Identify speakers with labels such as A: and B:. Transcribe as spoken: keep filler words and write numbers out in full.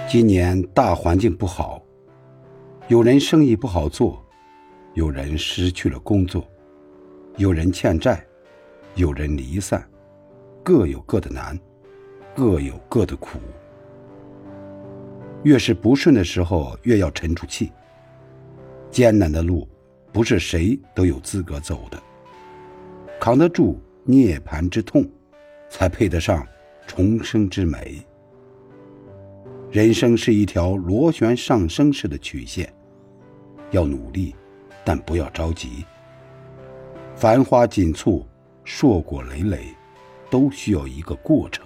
A: 今年大环境不好，有人生意不好做，有人失去了工作，有人欠债，有人离散，各有各的难，各有各的苦。越是不顺的时候，越要沉住气。艰难的路不是谁都有资格走的，扛得住涅槃之痛，才配得上重生之美。人生是一条螺旋上升式的曲线，要努力，但不要着急。繁花锦簇，硕果累累，都需要一个过程。